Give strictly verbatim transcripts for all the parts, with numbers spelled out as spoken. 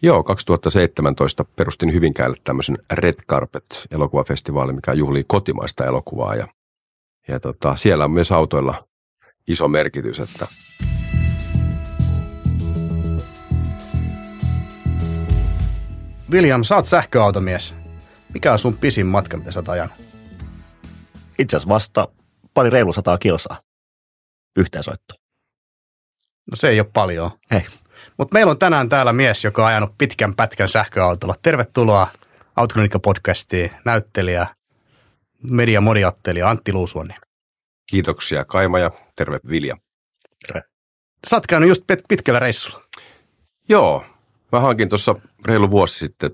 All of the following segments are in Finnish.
Joo, kaksituhattaseitsemäntoista perustin Hyvinkäälle tämmöisen Red Carpet-elokuvafestivaalin, mikä juhlii kotimaista elokuvaa. Ja, ja tota, siellä on myös autoilla iso merkitys, että William, sä oot sähköautomies. Mikä on sun pisin matka, mitä sä oot ajanut? Itse asiassa vasta pari reilu sataa kilsaa yhteensoittoa. No se ei ole paljon. Hei. Mutta meillä on tänään täällä mies, joka on ajanut pitkän pätkän sähköautolla. Tervetuloa Autoklinikka-podcastiin, näyttelijä, mediamodiattelija Antti Luusuonni. Kiitoksia Kaima ja terve Vilja. Terve. Sä oot käynyt just pitkällä reissulla. Joo, mä hankin tuossa reilu vuosi sitten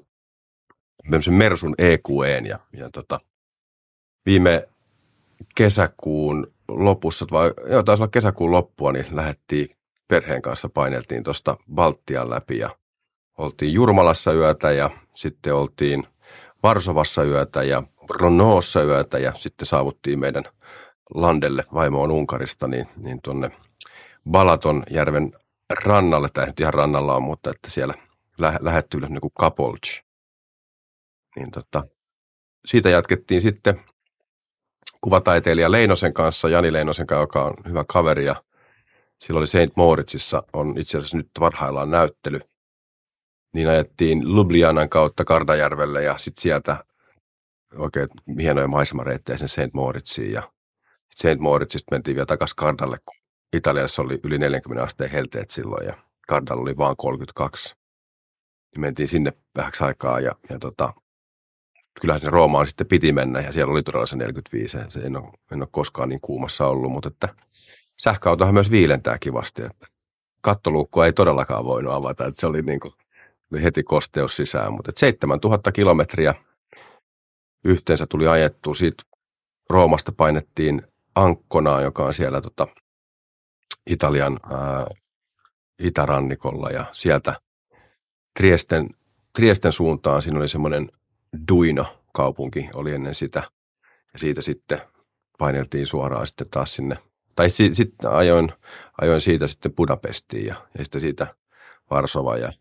Mersun E Q E:n ja, ja tota, viime kesäkuun lopussa, vai joo, taisi olla kesäkuun loppua, niin lähdettiin perheen kanssa, paineltiin tuosta Baltian läpi ja oltiin Jurmalassa yötä ja sitten oltiin Varsovassa yötä ja Brnoossa yötä ja sitten saavuttiin meidän landelle, vaimo on Unkarista, niin, niin tuonne Balatonjärven rannalle, tai nyt ihan rannalla on, mutta että siellä lä- lähetty ylös niin kuin Kapolch. Niin tota, siitä jatkettiin sitten kuvataiteilija Leinosen kanssa, Jani Leinosen kanssa, joka on hyvä kaveri, ja sillä oli Saint Moritzissa, on itse asiassa nyt parhaillaan näyttely. Niin ajettiin Ljubljanan kautta Kardajärvelle ja sitten sieltä oikein hienoja maisemareittejä sinne Saint Moritziin. Ja Saint Moritzista mentiin vielä takaisin Kardalle, kun Italiassa oli yli neljäkymmentä asteen helteet silloin ja Kardalla oli vaan kolmekymmentäkaksi. Niin mentiin sinne vähäksi aikaa ja, ja tota, kyllähän sinne Roomaan sitten piti mennä ja siellä oli todella se neljäkymmentäviisi. Se en ole, en ole koskaan niin kuumassa ollut, mutta että sähköautohan myös viilentää kivasti, että kattoluukkua ei todellakaan voinut avata, että se oli niin kuin heti kosteus sisään, mutta seitsemäntuhatta kilometriä yhteensä tuli ajettua. Siitä Roomasta painettiin Ancconaan, joka on siellä tota, Italian ää, itärannikolla ja sieltä Triesten, Triesten suuntaan siinä oli semmoinen Duino-kaupunki, oli ennen sitä ja siitä sitten paineltiin suoraan sitten taas sinne, tai si, sitten ajoin, ajoin siitä sitten Budapestiin ja, ja sitten siitä Varsova ja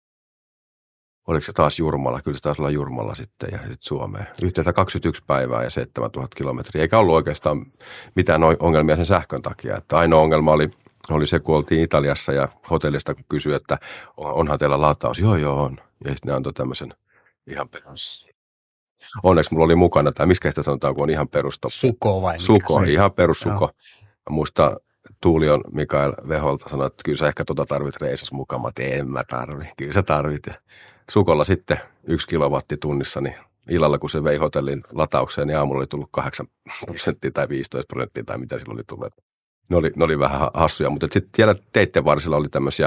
oliko se taas Jurmalla? Kyllä se taas olla Jurmalla sitten ja sitten Suomeen. Yhteensä kaksikymmentäyksi päivää ja seitsemäntuhatta kilometriä. Eikä ollut oikeastaan mitään ongelmia sen sähkön takia. Että ainoa ongelma oli, oli se, kun oltiin Italiassa ja hotellista, kun kysyi, että onhan teillä lataus. Joo, joo on. Ja sitten ne antoi tämmöisen ihan perus. Onneksi mulla oli mukana, tai miskä sitä sanotaan, kun on ihan perustop. Suko vai? Suko, ihan perussuko. Muista Tuulion Mikael Veholta sanoi, että kyllä sä ehkä tota tarvit reisas mukaan. Mä tein, en mä tarvi. Kyllä sä tarvit. Sukolla sitten yksi kilowatti tunnissa, niin illalla kun se vei hotellin lataukseen, niin aamulla oli tullut kahdeksan prosenttia tai viisitoista prosenttia tai mitä sillä oli tullut. Ne oli, ne oli vähän hassuja, mutta sitten siellä teitten varsilla oli tämmöisiä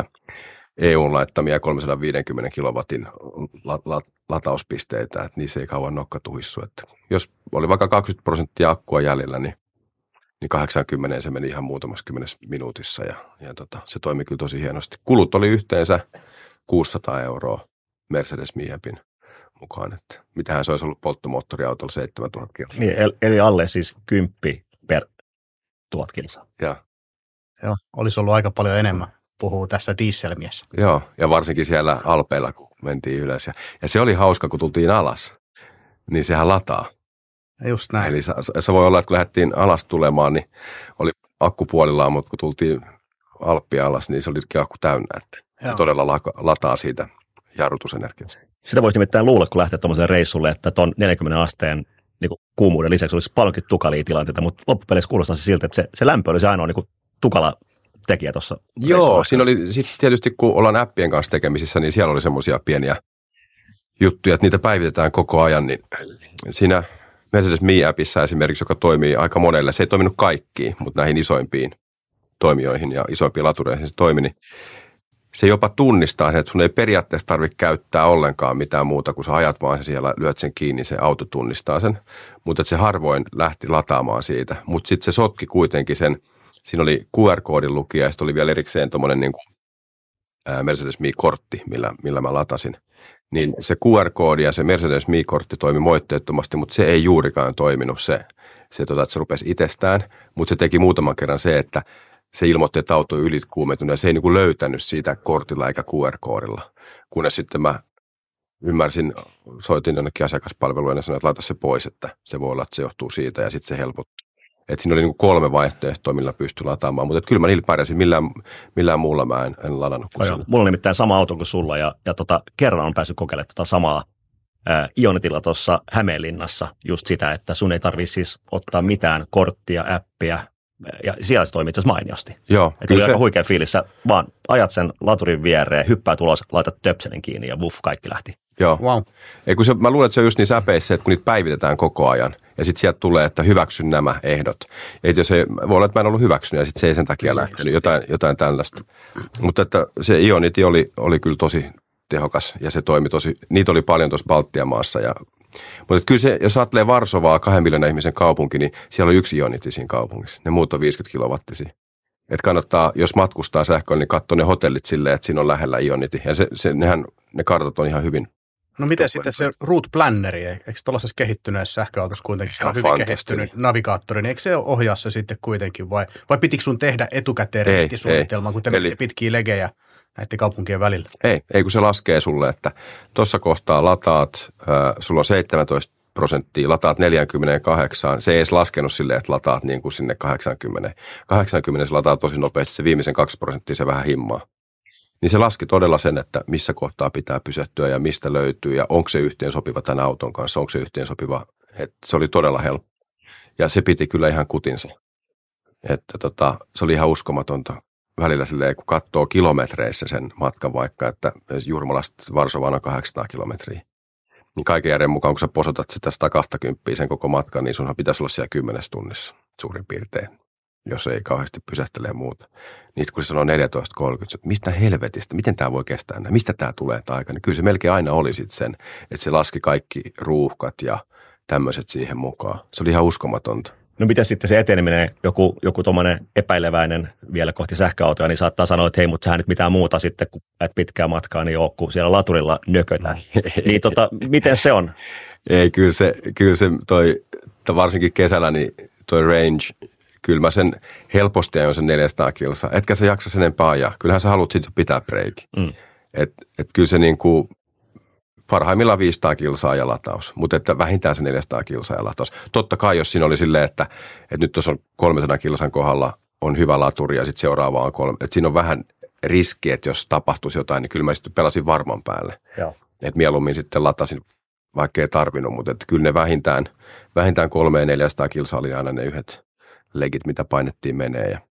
E U:n laittamia kolmesataaviisikymmentä kilowatin la, la, latauspisteitä, että niissä ei kauan nokka tuhissu. Että jos oli vaikka kaksikymmentä prosenttia akkua jäljellä, niin, niin kahdeksankymmentä se meni ihan muutamassa kymmenessä minuutissa ja, ja tota, se toimi kyllä tosi hienosti. Kulut oli yhteensä kuusisataa euroa. Mercedes-Miepin mukaan, että mitähän se olisi ollut polttomoottoriautolla seitsemäntuhatta kilsaa. Niin, eli alle siis kymppi per tuhat kilsaa. Ja. Joo, olisi ollut aika paljon enemmän, puhuu tässä dieselmies. Joo, ja varsinkin siellä Alpeilla, kun mentiin ylös. Ja, ja se oli hauska, kun tultiin alas, niin sehän lataa. Just näin. Eli se voi olla, että kun lähdettiin alas tulemaan, niin oli akku puolillaan, mutta kun tultiin Alppia alas, niin se olikin akku täynnä, että Joo. se todella lataa siitä jarrutusenergiasta. Sitä voisi nimittäin luulla, kun lähtee tuollaiselle reissulle, että tuon neljänkymmenen asteen niin kuin kuumuuden lisäksi olisi paljonkin tukalia tilanteita, mutta loppupeleissä kuulostaa se siltä, että se, se lämpö oli se ainoa niin kuin tukala tekijä tuossa. Joo, siinä oli sitten tietysti, kun ollaan appien kanssa tekemisissä, niin siellä oli semmoisia pieniä juttuja, että niitä päivitetään koko ajan, niin siinä Mercedes-Me-appissa esimerkiksi, joka toimii aika monelle, se ei toiminut kaikkiin, mutta näihin isoimpiin toimijoihin ja isoimpiin latureihin se toimi, niin se jopa tunnistaa sen, että sun ei periaatteessa tarvitse käyttää ollenkaan mitään muuta, kun sä ajat vaan siellä, lyöt sen kiinni, se auto tunnistaa sen. Mutta se harvoin lähti lataamaan siitä. Mutta sitten se sotki kuitenkin sen, siinä oli Q R-koodin lukija ja sitten oli vielä erikseen tuommoinen niin Mercedes-Me-kortti, millä, millä mä latasin. Niin se Q R-koodi ja se Mercedes-Me-kortti toimi moitteettomasti, mutta se ei juurikaan toiminut se, se tota, että se rupesi itsestään. Mutta se teki muutaman kerran se, että se ilmoitti, että auto on ylikuumentunut ja se ei niin kuin löytänyt siitä kortilla eikä Q R-koodilla. Q kunnes sitten mä ymmärsin, soitin jonnekin asiakaspalveluun ja sanoin, että laita se pois, että se voi olla, että se johtuu siitä ja sitten se helpottuu. Että siinä oli niin kuin kolme vaihtoehtoa, millä pystyi lataamaan, mutta kyllä mä niillä pärjäsin, millään, millään muulla mä en, en ladannut kuin no, mulla on nimittäin sama auto kuin sulla ja, ja tota, kerran on päässyt kokeilemaan tota samaa ää, Ionitilla tuossa Hämeenlinnassa just sitä, että sun ei tarvitse siis ottaa mitään korttia, appia ja siellä se toimii itse asiassa mainiosti. Joo. Että oli se aika huikea fiilis, sä vaan ajat sen laturin viereen, hyppää tulos, laitat töpselin kiinni ja vuff, kaikki lähti. Joo. Wow. Ei, kun se, mä luulen, että se on just niissä äpeissä, että kun niitä päivitetään koko ajan, ja sitten sieltä tulee, että hyväksyn nämä ehdot. Ei, jos ei, voi olla, että mä en ollut hyväksynyt, ja sitten se ei sen takia lähtenyt, jotain, jotain tällaista. Mutta että se Ionity oli, oli kyllä tosi tehokas, ja se toimi tosi, niitä oli paljon tuossa Baltian maassa. Ja, mutta kyllä se, jos ajattelee Varsovaa kahden miljoonan ihmisen kaupunki, niin siellä on yksi Ionity siinä kaupungissa. Ne muut on viisikymmentä kilowattisia. Että kannattaa, jos matkustaa sähköllä, niin katsoa ne hotellit silleen, että siinä on lähellä Ionity. Ja se, se, nehän, ne kartat on ihan hyvin. No miten sitten se route planneri, eikö tuollaisessa kehittyneessä sähköautossa kuitenkin se on hyvin kehittynyt navigaattori, niin eikö se ohjaa se sitten kuitenkin vai, vai pitikö sun tehdä etukäteen reittisuunnitelmaa, kun te Eli, pitkiä legejä näiden kaupunkien välillä? Ei, ei kun se laskee sulle, että tuossa kohtaa lataat, äh, sulla on seitsemäntoista prosenttia, lataat neljäkymmentäkahdeksan, se ei edes laskenut silleen, että lataat niin kuin sinne kahdeksankymmentä. kahdeksankymmentä se lataa tosi nopeasti, se viimeisen kaksi prosenttia se vähän himmaa. Niin se laski todella sen, että missä kohtaa pitää pysähtyä ja mistä löytyy ja onko se yhteen sopiva tämän auton kanssa, onko se yhteen sopiva. Että se oli todella helppo. Ja se piti kyllä ihan kutinsa. Että tota, se oli ihan uskomatonta välillä silleen, kun katsoo kilometreissä sen matkan vaikka, että Jurmalasta Varsovaan on kahdeksansataa kilometriä. Niin kaiken järjen mukaan, kun sä posotat sitä sata kaksikymmentä sen koko matkan, niin sunhan pitäisi olla siellä kymmenessä tunnissa suurin piirtein, jos ei kauheasti pysähtele muuta. Niin kun se sanoo neljätoista kolmekymmentä, että mistä helvetistä, miten tämä voi kestää näin, mistä tämä tulee tämä aika, niin kyllä se melkein aina oli sitten sen, että se laski kaikki ruuhkat ja tämmöiset siihen mukaan. Se oli ihan uskomatonta. No miten sitten se eteneminen, joku, joku tuommoinen epäileväinen vielä kohti sähköautoja, niin saattaa sanoa, että hei, mutta sähän nyt mitään muuta sitten, kun et pitkää matkaa, niin ole, kun siellä laturilla nökötään. Niin tota, miten se on? Ei, kyllä se, kyllä se toi, varsinkin kesällä, niin toi range, kyllä mä sen helposti ajoin sen neljäsataa kilsaa. Etkä sä jaksa sen enempää ajaa. Kyllähän sä haluat sitten pitää breiki. Mm. Että et kyllä se niinku parhaimmillaan viisisataa kilsaa ja lataus, mutta että vähintään se neljäsataa kilsaa ja lataus. Totta kai, jos siinä oli silleen, että, että nyt tuossa on kolmesataa kilsan kohdalla on hyvä laturi ja sitten seuraava on kolme. Että siinä on vähän riski, että jos tapahtuisi jotain, niin kyllä mä sitten pelasin varman päälle. Että mieluummin sitten latasin, vaikka ei tarvinnut, mutta että kyllä ne vähintään, vähintään kolme ja neljäsataa kilsaa oli aina ne yhdet legit, mitä painettiin menee. Ja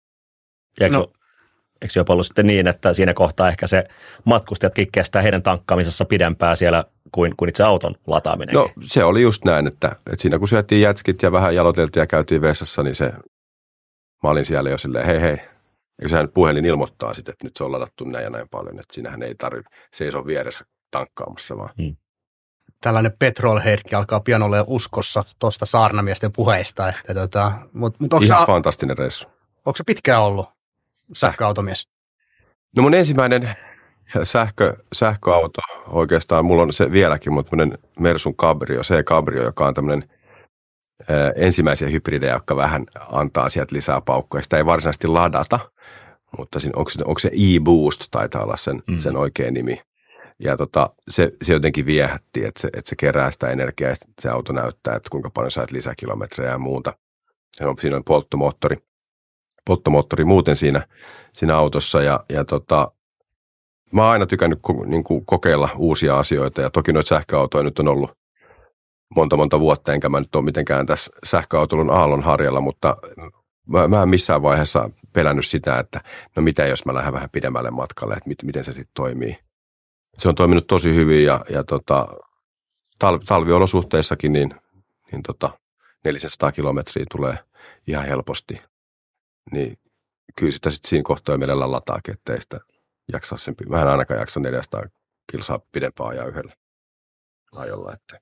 eikö, no. eikö jopa ollut sitten niin, että siinä kohtaa ehkä se matkustajatkin kestää heidän tankkaamisessa pidempään siellä kuin, kuin itse auton lataaminen? No se oli just näin, että, että siinä kun syöttiin jätskit ja vähän jaloteltiin ja käytiin vessassa, niin se, mä olin siellä jo silleen, hei hei, eikö sehän puhelin ilmoittaa sitten, että nyt se on ladattu näin ja näin paljon, että siinähän ei tarvitse seisoa vieressä tankkaamassa vaan. Hmm. Tällainen petrolheadki alkaa pian olla uskossa tuosta saarnamiesten puheista. Että tota, mut, mut ihan sä, fantastinen reissu. Onko se pitkään ollut sähköautomies? No mun ensimmäinen sähkö, sähköauto oikeastaan, mulla on se vieläkin, mutta Mersun Cabrio, C-Cabrio, joka on tämmöinen ää, ensimmäisiä hybridejä, jotka vähän antaa sieltä lisää paukkoja. Sitä ei varsinaisesti ladata, mutta siinä, onko, se, onko se e-boost, taitaa olla sen, mm. sen oikea nimi. Ja tota, se, se jotenkin viehätti, että se, että se kerää sitä energiaa ja se auto näyttää, että kuinka paljon sait lisäkilometrejä ja muuta. Se on, siinä on polttomoottori, polttomoottori muuten siinä, siinä autossa ja, ja tota, mä oon aina tykännyt niin kuin kokeilla uusia asioita ja toki noita sähköautoja nyt on ollut monta monta vuotta, enkä mä nyt ole mitenkään tässä sähköautoilun aallonharjalla, mutta mä, mä en missään vaiheessa pelännyt sitä, että no mitä jos mä lähden vähän pidemmälle matkalle, että mit, miten se sitten toimii. Se on toiminut tosi hyvin ja, ja tota, tal, talviolosuhteissakin niin, niin tota, neljäsataa kilometriä tulee ihan helposti. Niin kyllä sitä sitten siinä kohtaa mielellään lataakin, ettei sitä jaksaa sen, mä en ainakaan jaksa neljäsataa kilsaa pidempään ajaa yhdellä ajolla. Että.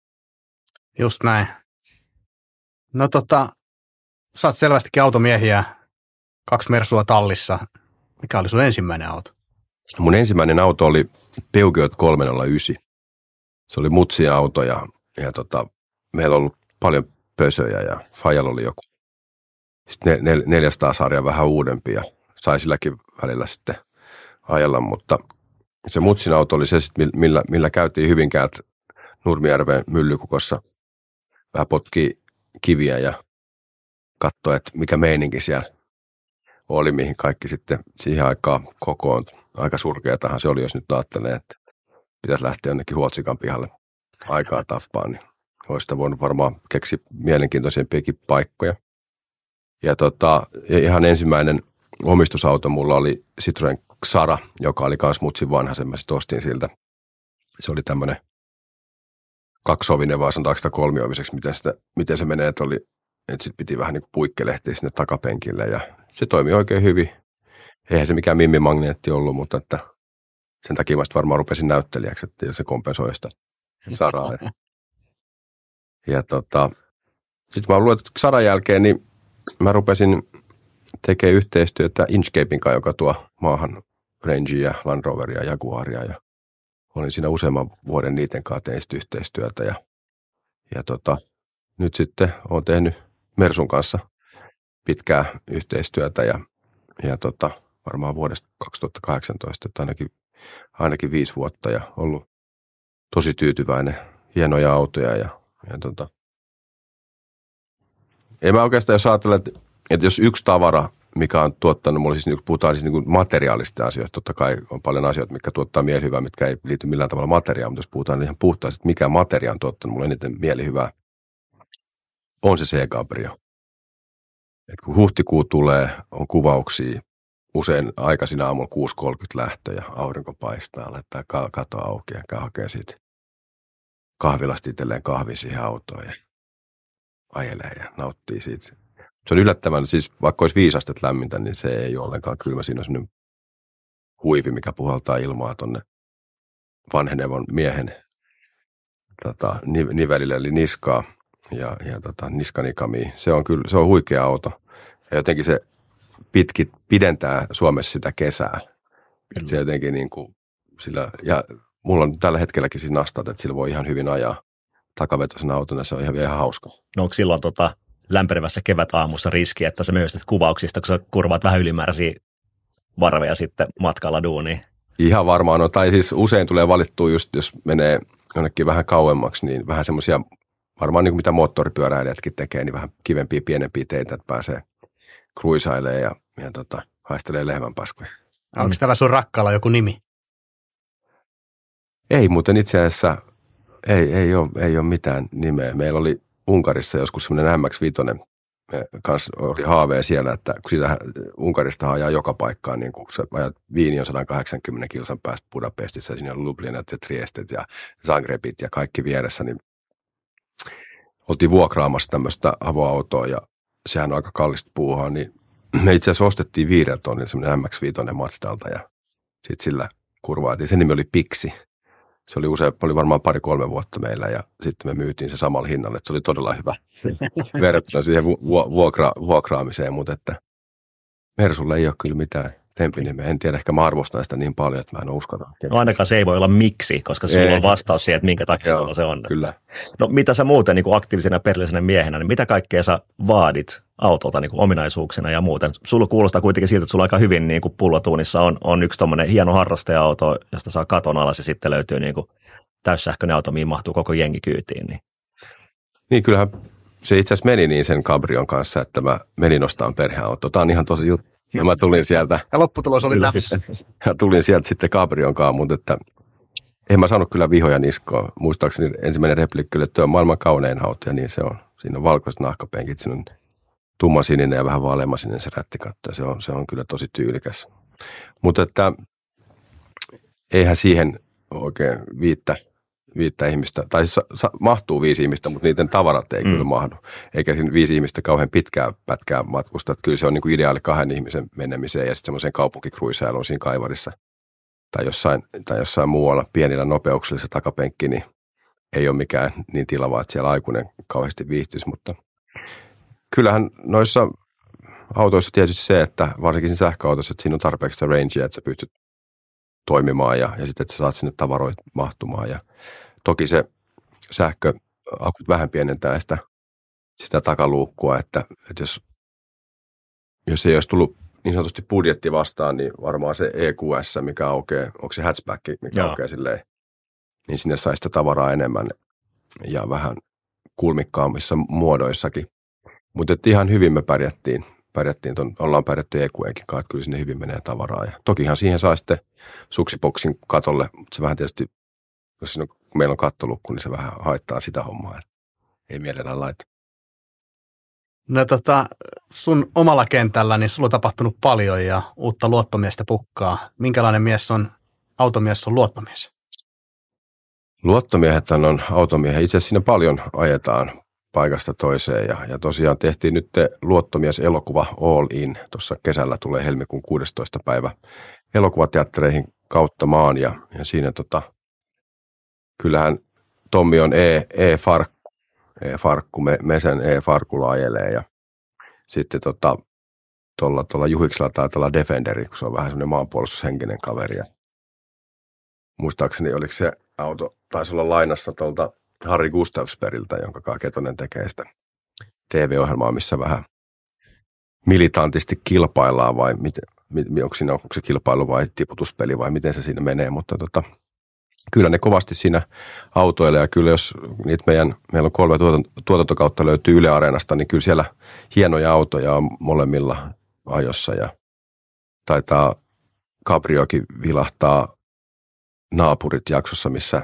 Just näin. No tota, sä oot selvästikin automiehiä, kaksi Mersua tallissa. Mikä oli sun ensimmäinen auto? Mun ensimmäinen auto oli Peugeot kolmesataayhdeksän. Se oli mutsien auto ja, ja tota, meillä on ollut paljon pösöjä ja Fajalla oli joku sitten nel, neljäsataa sarja vähän uudempi ja sai silläkin välillä sitten ajella, mutta se Mutsin auto oli se, millä, millä käytiin Hyvinkäältä Nurmijärven Myllykukossa. Vähän potki kiviä ja katsoi, että mikä meininki siellä oli, mihin kaikki sitten siihen aikaan kokoontui. Aika surkeatahan se oli, jos nyt ajattelee, että pitäisi lähteä jonnekin Huotsikan pihalle aikaa tappaa, niin olisi sitä voinut varmaan keksiä mielenkiintoisempiakin paikkoja. Ja tota, ihan ensimmäinen omistusauto mulla oli Citroen Xara, joka oli kans Mutsin vanha, sen mä sit ostin siltä. Se oli tämmönen kaksovinen, vaan sanotaanko sitä kolmioviseksi, miten, sitä, miten se menee, että oli, että sit piti vähän niin kuin puikkelehtiä sinne takapenkille ja se toimi oikein hyvin. Eihän se mikään mimmimagneetti ollut, mutta että sen takia mä varmaan rupesin näyttelijäksi, että se kompensoi sitä Saraa. Ja, ja tota, sitten mä luulen, että Saran jälkeen niin mä rupesin tekemään yhteistyötä Inchcapen kanssa, joka tuo maahan Rangea, Land Roveria ja Jaguaria. Ja olin siinä useamman vuoden niiden kanssa tein yhteistyötä. Ja, ja tota, nyt sitten olen tehnyt Mersun kanssa pitkää yhteistyötä ja, ja tota, varmaan vuodesta kaksituhattakahdeksantoista, että ainakin, ainakin viisi vuotta ja ollut tosi tyytyväinen, hienoja autoja ja, ja tota, en mä oikeastaan jos ajattele, että, että jos yksi tavara, mikä on tuottanut, mulla siis puhutaan siis niin materiaalista asioista, totta kai on paljon asioita, mitkä tuottaa mielihyvää, mitkä ei liity millään tavalla materiaan, mutta jos puhutaan ihan puhtaasti, että mikä materia on tuottanut mulle eniten mielihyvää, on se C-Cabrio. Et kun huhtikuu tulee, on kuvauksia, usein aikaisin aamulla kuusi kolmekymmentä lähtöjä, aurinko paistaa, laittaa kato auki ja käy hakee siitä kahvilasta itselleen kahvin siihen autoon ja ajelee ja nauttii siitä. Se on yllättävän, siis vaikka olisi viisi astetta lämmintä, niin se ei ole ollenkaan kylmä. Siinä on sellainen huivi, mikä puhaltaa ilmaa tuonne vanhenevan miehen tota, nivelille, eli niskaa ja, ja tota, niskanikamiin. Se on kyllä, se on huikea auto. Ja jotenkin se pitki, pidentää Suomessa sitä kesää. Että se jotenkin niin kuin sillä, ja mulla on tällä hetkelläkin siis nastat, että sillä voi ihan hyvin ajaa takavetoisen auton, ja se on ihan, ihan hauska. No onko silloin tota lämpenevässä kevätaamussa riski, että sä myöstät kuvauksista, kun sä kurvaat vähän ylimääräisiä varveja sitten matkalla duuniin? Ihan varmaan on, tai siis usein tulee valittua just, jos menee jonnekin vähän kauemmaksi, niin vähän semmoisia, varmaan niin kuin mitä moottoripyöräilijätkin tekee, niin vähän kivempiä, pienempiä teitä, että pääsee kruisailemaan ja, ja tota, haistelee lehmänpaskuja. Onko tällä sun rakkaalla joku nimi? Ei muuten itse asiassa, ei, ei, ole, ei ole mitään nimeä. Meillä oli Unkarissa joskus semmoinen M X viisi, kanssa oli haave siellä, että kun siitä Unkarista ajaa joka paikkaan, niin kun se ajat Viini on sata kahdeksankymmentä kilsan päästä Budapestissa, ja siinä on Ljubljanat ja Triestet ja Zagrebit ja kaikki vieressä, niin oltiin vuokraamassa tämmöistä avoautoa, ja sehän on aika kallista puuhaa, niin me itse asiassa ostettiin viidellä tonnin semmoinen M X viisi Mazdalta, ja sitten sillä kurvaatiin. Sen nimi oli Pixi. Se oli usein, oli varmaan pari-kolme vuotta meillä ja sitten me myytiin se samalla hinnalla, että se oli todella hyvä verrattuna siihen vuokra, vuokraamiseen, mutta että Mersulla ei ole kyllä mitään tempinimeä. En tiedä, ehkä mä arvostan sitä niin paljon, että mä en uskota. No ainakaan se ei voi olla miksi, koska sulla ei. On vastaus siihen, että minkä takia Joo, se on. Kyllä. No mitä sä muuten niin kuin aktiivisena perillisenä miehenä, niin mitä kaikkea sä vaadit autolta niin kuin ominaisuuksina ja muuten? Sulla kuulostaa kuitenkin siltä, että sulla aika hyvin niin kuin pullotuunissa on, on yksi tommoinen hieno harrastaja-auto, josta saa katon alas ja sitten löytyy niin kuin täyssähköinen auto, mihin mahtuu koko jengi kyytiin. Niin, niin kyllähän se itse asiassa meni niin sen Cabrion kanssa, että mä menin ostamaan perheauto. Tämä on ihan tosi juttu. Ja mä tulin sieltä. Ja lopputulos oli läpi. Ja tulin sieltä sitten Cabrion kanssa, mutta että en mä saanut kyllä vihoja niskoa. Muistaakseni ensimmäinen replikki oli, että tuo on maailman kaunein auto, ja niin se on. Siinä on valkoiset nahkapenkit, siinä on tummasininen ja vähän vaaleanmasininen se rättikatto, ja se on, se on kyllä tosi tyylikäs. Mutta että eihän siihen oikein viittä, viittä ihmistä, tai siis sa, mahtuu viisi ihmistä, mutta niiden tavarat ei mm. kyllä mahdu. Eikä siinä viisi ihmistä kauhean pitkää pätkää matkusta. Että kyllä se on niin kuin ideaali kahden ihmisen menemiseen ja sitten semmoiseen kaupunkikruisailuun siinä Kaivarissa tai jossain, tai jossain muualla pienillä nopeuksilla se takapenkki, niin ei ole mikään niin tilavaa, että siellä aikuinen kauheasti viihtyisi, mutta kyllähän noissa autoissa tietysti se, että varsinkin siinä sähköautossa, että siinä on tarpeeksi sitä rangea, että sä pystyt toimimaan ja, ja sitten, että sä saat sinne tavaroit mahtumaan. Ja toki se sähköakut vähän pienentää sitä, sitä takaluukkua, että, että jos, jos ei olisi tullut niin sanotusti budjetti vastaan, niin varmaan se E Q S, mikä aukeaa, onko se hatchback, mikä Joo. aukeaa silleen, niin sinne sai sitä tavaraa enemmän ja vähän kulmikkaammissa muodoissakin. Mutta ihan hyvin me pärjättiin, pärjättiin ton, ollaan pärjätty E Q E:kin kanssa, että kyllä sinne hyvin menee tavaraa. Ja tokihan siihen saa sitten suksiboksin katolle, mutta se vähän tietysti, jos siinä on, kun meillä on kattolukku, niin se vähän haittaa sitä hommaa. Ei mielellään laita. No tota, sun omalla kentällä, niin sulla on tapahtunut paljon ja uutta luottomiestä pukkaa. Minkälainen mies on, automies on luottomies? Luottomiehet on automiehet. Itse asiassa siinä paljon ajetaan paikasta toiseen ja, ja tosiaan tehtiin nyt luottomies-elokuva All In. Tuossa kesällä tulee helmikuun kuudestoista päivä elokuvateattereihin kautta maan ja, ja siinä tota, kyllähän Tommi on E, E-farkku. E-farkku, me, me sen E-farkulla ajelee ja sitten tota, tuolla, tuolla Juhiksella taitaa olla Defenderi, kun se on vähän semmoinen maanpuolustushenkinen kaveri. Ja muistaakseni oliko se auto, taisi olla lainassa tuolta Harry Gustavsbergiltä, jonka kanssa Ketonen tekee sitä T V-ohjelmaa, missä vähän militantisti kilpaillaan vai miten, onko, siinä, onko se kilpailu vai tiputuspeli vai miten se siinä menee, mutta tota, kyllä ne kovasti siinä autoille ja kyllä jos niitä meidän, meillä on kolme tuotantokautta löytyy Yle Areenasta, niin kyllä siellä hienoja autoja on molemmilla ajossa ja taitaa Cabriokin vilahtaa Naapurit jaksossa, missä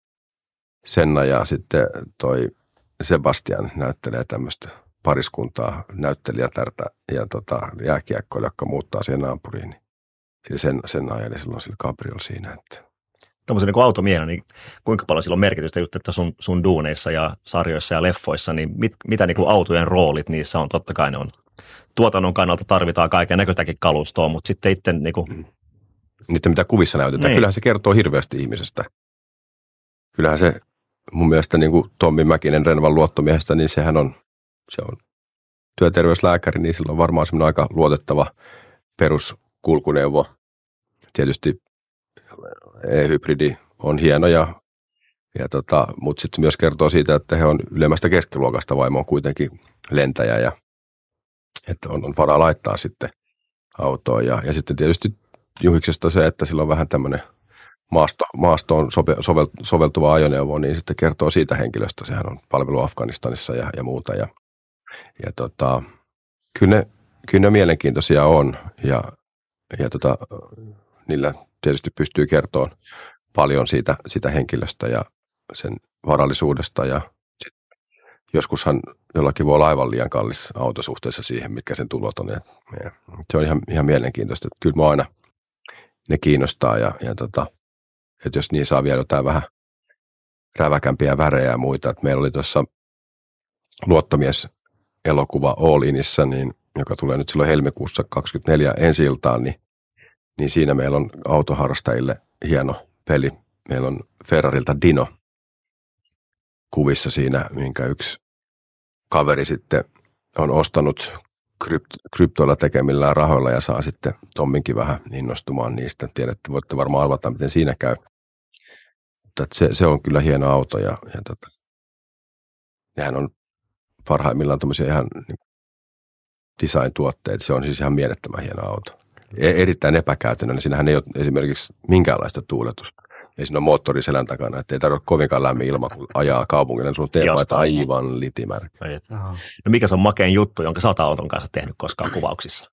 Senna ja sitten toi Sebastian näyttelee tämmöistä pariskuntaa, näyttelijätärtä ja tota, jääkiekkoilla, jotka muuttaa siihen naapuriin. Niin sen, sen ajeli silloin sillä Cabriolla siinä, että tuommoisen niin automiehenä, niin kuinka paljon sillä on merkitystä just, että sun, sun duuneissa ja sarjoissa ja leffoissa, niin mit, mitä niin kuin autojen roolit niissä on? Totta kai ne on tuotannon kannalta tarvitaan kaiken näköitäkin kalustoa, mutta sitten itse niin kuin mm. niiden mitä kuvissa näytetään, niin. Kyllähän se kertoo hirveästi ihmisestä. Kyllähän se mun mielestä niin kuin Tommi Mäkinen Renvan luottomiehestä, niin sehän on, se on työterveyslääkäri, niin sillä on varmaan semmoinen aika luotettava peruskulkuneuvo. Tietysti E-hybridi on hieno, ja, ja tota, mutta sitten myös kertoo siitä, että he on ylemmästä keskiluokasta, vaimo on kuitenkin lentäjä, ja että on, on varaa laittaa sitten autoon. Ja, ja sitten tietysti Juhiksesta se, että sillä on vähän tämmöinen maasto, maastoon sope, sovel, soveltuva ajoneuvo, niin sitten kertoo siitä henkilöstä. Sehän on palvelu Afganistanissa ja, ja muuta. Ja, ja tota, kyllä, ne, kyllä ne mielenkiintoisia on, ja, ja tota, niillä tietysti pystyy kertomaan paljon siitä, siitä henkilöstä ja sen varallisuudesta. Ja joskushan jollakin voi olla aivan liian kallis auto suhteessa siihen, mitkä sen tulot on. Ja, ja se on ihan, ihan mielenkiintoista. Että kyllä mä aina ne kiinnostaa. Ja, ja tota, että jos niin saa vielä jotain vähän räväkämpiä värejä ja muita. Että meillä oli tuossa luottomies-elokuva All Inissä, niin, joka tulee nyt silloin helmikuussa kaksikymmentäneljä ensi-iltaan, niin niin siinä meillä on autoharrastajille hieno peli. Meillä on Ferrarilta Dino kuvissa siinä, minkä yksi kaveri sitten on ostanut krypt- kryptoilla tekemillään rahoilla ja saa sitten Tomminkin vähän innostumaan niistä. Tiedätte, voitte varmaan arvata, miten siinä käy. Mutta se, se on kyllä hieno auto ja, ja tota, nehän on parhaimmillaan tämmöisiä ihan niin design-tuotteita. Se on siis ihan mielettömän hieno auto. Erittäin epäkäytännöllinen. Siinähän ei ole esimerkiksi minkäänlaista tuuletusta. Ei siinä ole moottori selän takana, että ei tarvitse kovinkaan lämmin ilma, kun ajaa kaupungille, niin sun teepaita aivan litimärkä. No mikä se on makein juttu, jonka sä oot auton kanssa tehnyt koskaan kuvauksissa?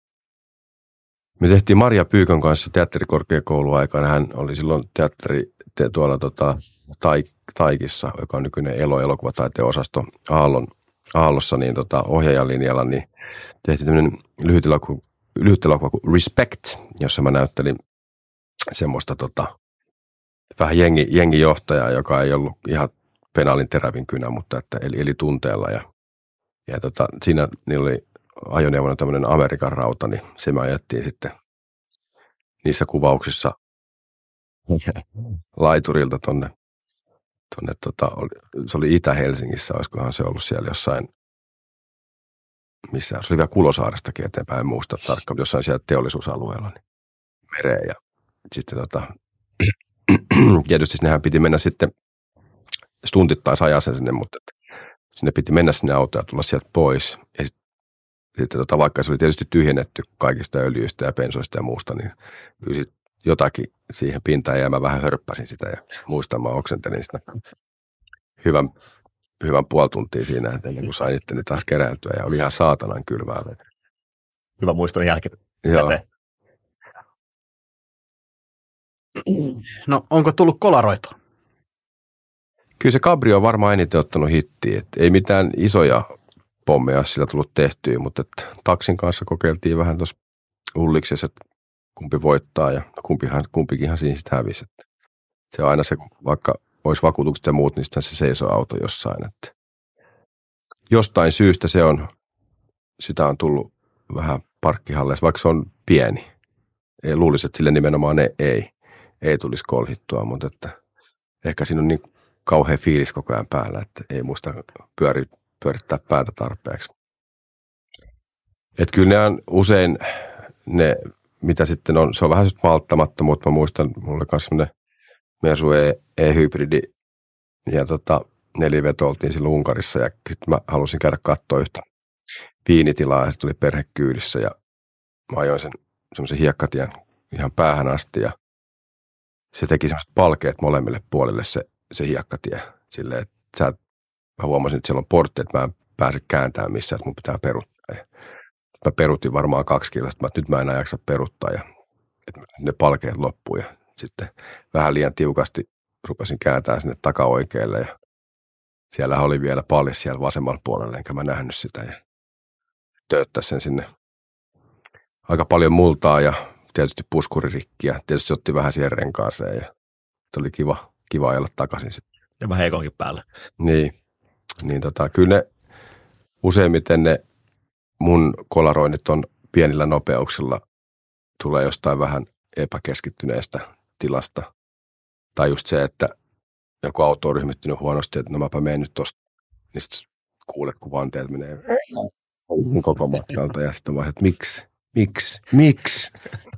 Me tehtiin Marja Pyykön kanssa teatterikorkeakouluaikana. Hän oli silloin teatteri te, tuolla tota, taik, Taikissa, joka on nykyinen Elo, elokuvataiteen osasto Aallon, Aallossa, niin tota, ohjaajalinjalla, niin tehtiin tämmöinen lyhyt elokuva, lyhyt elokuva kuin Respect, jossa mä näyttelin semmoista tota, vähän jengi, jengijohtajaa, joka ei ollut ihan penaalin terävin kynä, mutta että eli, eli tunteella. Ja, ja tota, siinä niillä oli ajoneuvona tämmöinen Amerikan rauta, niin se me ajettiin sitten niissä kuvauksissa laiturilta tonne, tonne tota, oli, se oli Itä-Helsingissä, olisikohan se ollut siellä jossain, missä se oli vielä Kulosaarestakin eteenpäin, en muista tarkkaan, jossain siellä teollisuusalueella, niin mereen. Ja sitten tota, tietysti nehän piti mennä sitten stuntittain ajaa sen sinne, mutta sinne piti mennä sinne autoon ja tulla sieltä pois. Ja sitten sitten tota, vaikka se oli tietysti tyhjennetty kaikista öljyistä ja bensoista ja muusta, niin kyllä sit jotakin siihen pintaan ja mä vähän hörppäsin sitä ja muistan, mä oksentelin sitä hyvän, hyvän puoli tuntia siinä, että ennen kuin sain itteni taas keräiltyä ja oli ihan saatanan kylmää. Hyvä muiston jälkeen. Joo. No onko tullut kolaroitua? Kyllä se Cabrio on varmaan eniten ottanut hittiä. Et ei mitään isoja pommeja sillä tullut tehtyä, mutta et taksin kanssa kokeiltiin vähän tuossa ulliksessa, että kumpi voittaa ja kumpihan, kumpikinhan siinä sitten hävisi. Et se on aina se, vaikka olisi vakuutukset ja muut, niin sitten se seisoo auto jossain. Et jostain syystä se on, sitä on tullut vähän parkkihalleissa, vaikka se on pieni. Ei luulisi, että sille nimenomaan ne ei, ei tulisi kolhittua, mutta että ehkä siinä on niin kauhean fiilis koko ajan päällä, että ei muista pyöri, pyörittää päätä tarpeeksi. Että kyllä ne on usein ne, mitä sitten on, se on vähän malttamattomuutta. Mä muistan, mulla oli myös semmoinen Mersu E-hybridi ja tota, neliveto oltiin silloin Unkarissa ja sitten mä halusin käydä katsoa yhtä viinitilaa ja se tuli perhekyydissä ja mä ajoin sen semmoisen hiekkatien ihan päähän asti ja se teki semmoiset palkeet molemmille puolille se, se hiekkatie. Silleen, että sä, mä huomasin, että siellä on portti, että mä en pääse kääntämään missään, että mun pitää peruttaa. Ja mä perutin varmaan kaksi kilasta, että nyt mä enää jaksa peruttaa ja että ne palkeet loppuu ja sitten vähän liian tiukasti rupesin kääntämään sinne takaoikealle ja siellä oli vielä paljon siellä vasemmalla puolella, enkä mä nähnyt sitä ja tööttäisi sen sinne. Aika paljon multaa ja tietysti puskuririkkiä. Tietysti se otti vähän siihen renkaaseen ja se oli kiva, kiva ajalla takaisin sitten. Ja vähän heikonkin päälle. Niin, niin tota, kyllä ne useimmiten ne mun kolaroinnit on pienillä nopeuksilla, tulee jostain vähän epäkeskittyneestä tilasta. Tai just se, että joku auto on ryhmittynyt huonosti, että no mäpä menen nyt tosta, niin sitten kuulet, kun vanteet menee koko matkalta ja sitten vaan, että miksi, miksi, miksi?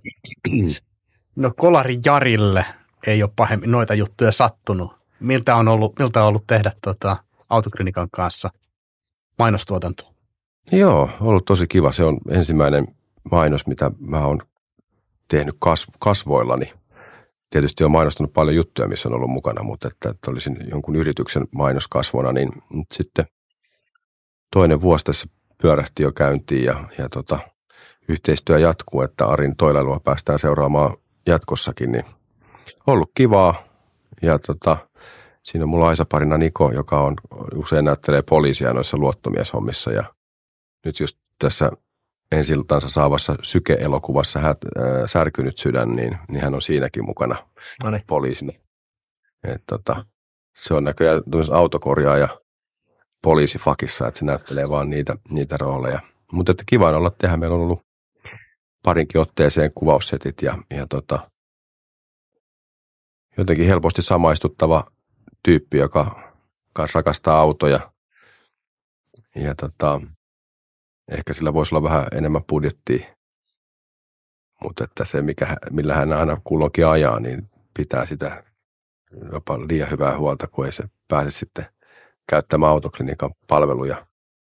No kolari Jarille ei ole pahemmin noita juttuja sattunut. Miltä on ollut, miltä on ollut tehdä tota Autoklinikan kanssa mainostuotantoa? Joo, ollut tosi kiva. Se on ensimmäinen mainos, mitä mä oon tehnyt kasv- kasvoillani. Tietysti olen mainostanut paljon juttuja, missä on ollut mukana, mutta että, että olisin jonkun yrityksen mainoskasvona, niin sitten toinen vuosi tässä pyörähti jo käyntiin ja, ja tota, yhteistyö jatkuu, että Arin toilailua päästään seuraamaan jatkossakin, niin ollut kivaa. Ja tota, siinä on mulla aisaparina Niko, joka on usein näyttelee poliisia noissa luottomieshommissa ja nyt just tässä ensiltansa saavassa Syke-elokuvassa hät, äh, Särkynyt sydän, niin, niin hän on siinäkin mukana Noniin. poliisina. Et, tota, se on näköjään autokorjaaja poliisifakissa, että se näyttelee vaan niitä, niitä rooleja. Mutta että kiva on olla tehdä. Meillä on ollut parinkin otteeseen kuvaussetit ja, ja tota, jotenkin helposti samaistuttava tyyppi, joka kanssa rakastaa autoja. Ja tota, ehkä sillä voisi olla vähän enemmän budjettia, mutta että se, mikä, millä hän aina kulloinkin ajaa, niin pitää sitä jopa liian hyvää huolta, kun ei se pääse sitten käyttämään Autoklinikan palveluja.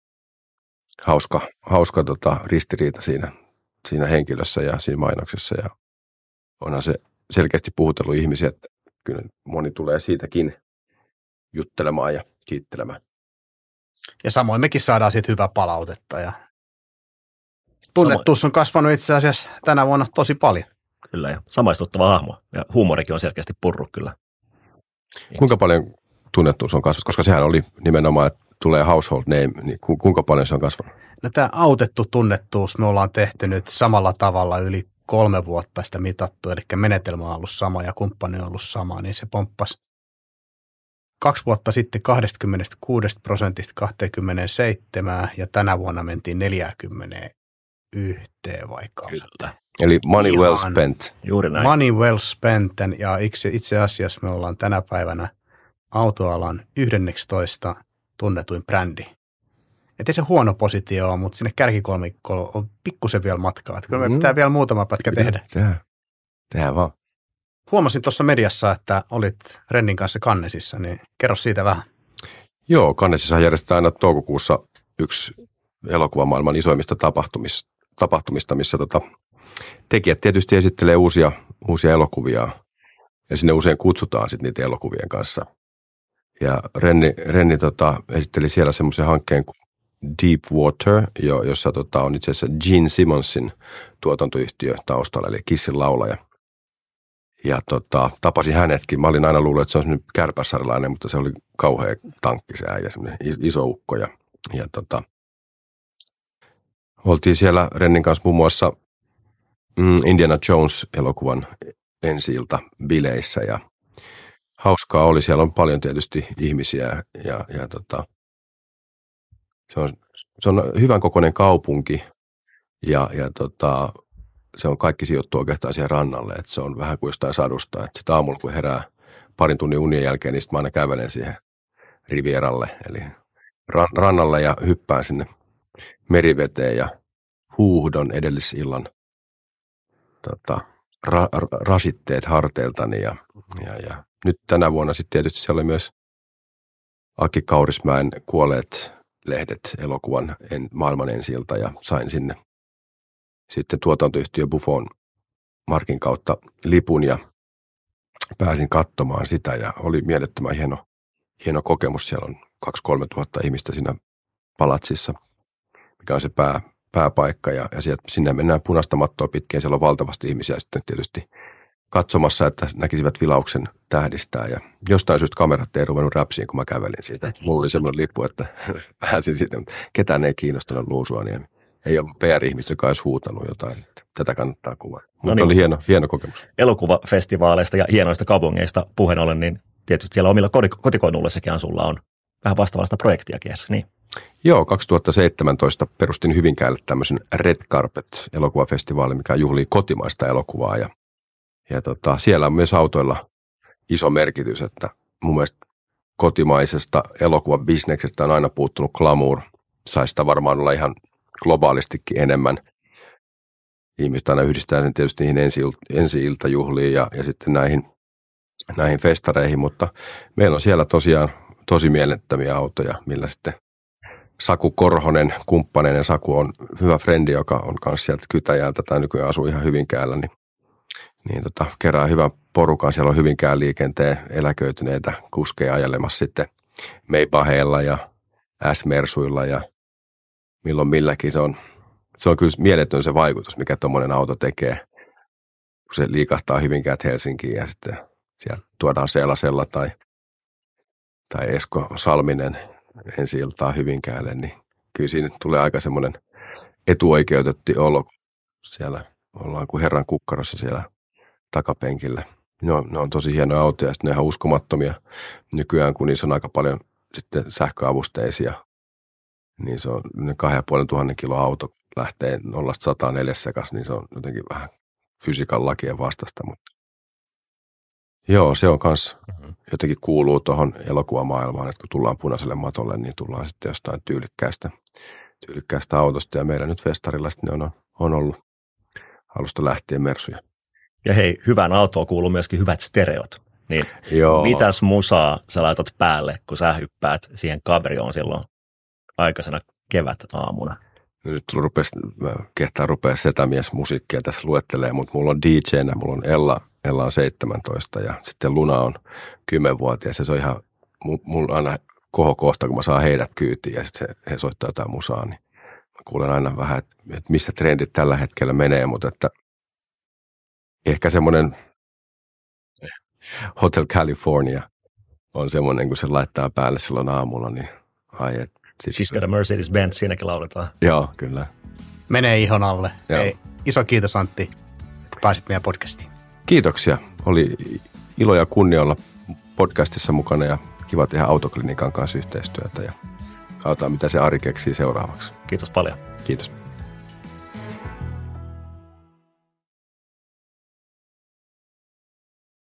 Hauska, hauska tota, ristiriita siinä, siinä henkilössä ja siinä mainoksessa. Ja onhan se selkeästi puhutellut ihmisiä, että kyllä moni tulee siitäkin juttelemaan ja kiittelemään. Ja samoin mekin saadaan siitä hyvää palautetta. Ja tunnettuus on kasvanut itse asiassa tänä vuonna tosi paljon. Kyllä, ja samaistuttava hahmo. Ja huumorikin on selkeästi purru kyllä. Kuinka paljon tunnettuus on kasvanut? Koska sehän oli nimenomaan, että tulee household name, niin ku, kuinka paljon se on kasvanut? No tämä autettu tunnettuus me ollaan tehty nyt samalla tavalla yli kolme vuotta sitä mitattu, eli menetelmä on ollut sama ja kumppani on ollut sama, niin se pomppasi kaksi vuotta sitten kaksikymmentäkuusi prosentista kaksikymmentäseitsemän ja tänä vuonna mentiin neljäkymmentäyksi vaikka. Kyllä. Eli money Ihan well spent. Juuri näin. Money well spent ja itse, itse asiassa me ollaan tänä päivänä autoalan yhdenneksitoista tunnetuin brändi. Että ei se huono positio ole, mutta sinne kärkikolmikkoon on pikkusen vielä matkaa. Että kyllä me pitää mm. vielä muutama pätkä pitää tehdä. Tehdään. Tehdään vaan. Huomasin tuossa mediassa, että olit Rennin kanssa Cannesissa, niin kerro siitä vähän. Joo, Cannesissa järjestetään aina toukokuussa yksi elokuvamaailman isoimmista tapahtumista, tapahtumista missä tota, tekijät tietysti esittelee uusia, uusia elokuvia ja sinne usein kutsutaan sitten niitä elokuvien kanssa. Ja Renni, Renni tota, esitteli siellä semmoisen hankkeen kuin Deep Water, jo, jossa tota, on itse asiassa Gene Simmonsin tuotantoyhtiö taustalla, eli Kissin laulaja. Ja tota, tapasin hänetkin. Mä olin aina luullut, että se on semmoinen kärpäsarilainen, mutta se oli kauhea tankki se äijä, semmoinen iso ukko. Ja, ja tota, oltiin siellä Rennin kanssa muun muassa mm, Indiana Jones-elokuvan ensi-ilta bileissä ja hauskaa oli. Siellä on paljon tietysti ihmisiä ja, ja tota, se, on, se on hyvän kokoinen kaupunki ja, ja tota, se on kaikki sijoittu oikeastaan siihen rannalle, että se on vähän kuin jostain sadusta. Että sitten aamulla kun herää parin tunnin unien jälkeen, niin sitten mä aina kävelen siihen Rivieralle, eli ran, rannalle ja hyppään sinne meriveteen ja huuhdon edellisillan tota, ra, ra, rasitteet harteiltani ja, ja, ja nyt tänä vuonna sitten tietysti siellä oli myös Aki Kaurismäen Kuolleet lehdet elokuvan en, maailman ensi-ilta ja sain sinne sitten tuotantoyhtiö Buffon Markin kautta lipun ja pääsin katsomaan sitä ja oli mielettömän hieno, hieno kokemus. Siellä on kaksi kolme tuhatta ihmistä siinä palatsissa, mikä on se pää, pääpaikka ja, ja sieltä, sinne mennään punaista mattoa pitkin. Siellä on valtavasti ihmisiä sitten tietysti katsomassa, että näkisivät vilauksen tähdistää ja jostain syystä kamerat ei ruvennut räpsiin, kun mä kävelin siitä. Mulla oli semmoinen lippu, että pääsin siitä, mutta ketään ei kiinnostanut luusua, niin ei ollut P R-ihmistä, joka olisi huutanut jotain. Tätä kannattaa kuvata. Mutta no niin, oli hieno, hieno kokemus. Elokuvafestivaaleista ja hienoista kaupungeista puheen ollen, niin tietysti siellä omilla kotikonullissakin sulla on vähän vastaavallista projektia kierrässä, niin? Joo, kaksituhattaseitsemäntoista perustin Hyvinkäälle tämmöisen Red Carpet-elokuvafestivaali, mikä juhlii kotimaista elokuvaa. Ja, ja tota, siellä on myös autoilla iso merkitys, että mun mielestä kotimaisesta elokuvabisneksestä on aina puuttunut glamour. Saisi sitä varmaan olla ihan globaalistikin enemmän. Ihmiset aina yhdistää sen tietysti niihin ensi-iltajuhliin ja, ja sitten näihin, näihin festareihin, mutta meillä on siellä tosiaan tosi mielettömiä autoja, millä sitten Saku Korhonen, kumppaneinen Saku on hyvä frendi, joka on kanssa sieltä Kytäjältä tai nykyään asuu ihan Hyvinkäällä, niin, niin tota, kerää hyvän porukan. Siellä on Hyvinkään liikenteen eläköityneitä kuskeja ajelemassa sitten Maybaheilla ja S-Mersuilla ja milloin milläkin. Se on, se on kyllä mieletön se vaikutus, mikä tuommoinen auto tekee, kun se liikahtaa Hyvinkäät Helsinkiin ja sitten sieltä tuodaan Seelasella tai, tai Esko Salminen ensi-iltaa Hyvinkäälle, niin kyllä siinä tulee aika semmoinen etuoikeutettu olo. Siellä ollaan kuin herran kukkarossa siellä takapenkillä. Ne on, ne on tosi hienoja autoja ja sitten ne on ihan uskomattomia nykyään, kun niissä on aika paljon sitten sähköavusteisia. Niin se on kahden ja puolen tuhannen kilo auto lähtee nollasta sataan neljässä sekassa, niin se on jotenkin vähän fysiikan lakien vastasta, mutta joo, se on kans mm-hmm. jotenkin kuuluu tuohon elokuvamaailmaan, että kun tullaan punaiselle matolle, niin tullaan sitten jostain tyylikkäästä, tyylikkäästä autosta ja meillä nyt festarilla sitten ne on, on ollut alusta lähtien Mersuja. Ja hei, hyvään autoon kuuluu myöskin hyvät stereot. Niin joo. Mitäs musaa sä laitat päälle, kun sä hyppäät siihen kabrioon silloin aikaisena kevätaamuna? No nyt rupesi, kehtaa rupea setämies musiikkia tässä luettelee, mutta mulla on D J:nä, mulla on Ella, Ella on seitsemäntoista ja sitten Luna on kymmenvuotias ja se on ihan, mulla aina kohokohta, kun mä saan heidät kyytiin ja sitten he soittaa jotain musaa, niin mä kuulen aina vähän, että, että missä trendit tällä hetkellä menee, mutta että ehkä semmoinen Hotel California on semmoinen, kun se laittaa päälle silloin aamulla, niin ai et. Sit She's got a Mercedes-Benz, siinäkin lauletaan. Joo, kyllä. Menee ihon alle. Ei, iso kiitos Antti, että pääsit meidän podcastiin. Kiitoksia. Oli ilo ja kunnia olla podcastissa mukana ja kiva tehdä Autoklinikan kanssa yhteistyötä ja katsotaan, mitä se Ari keksii seuraavaksi. Kiitos paljon. Kiitos.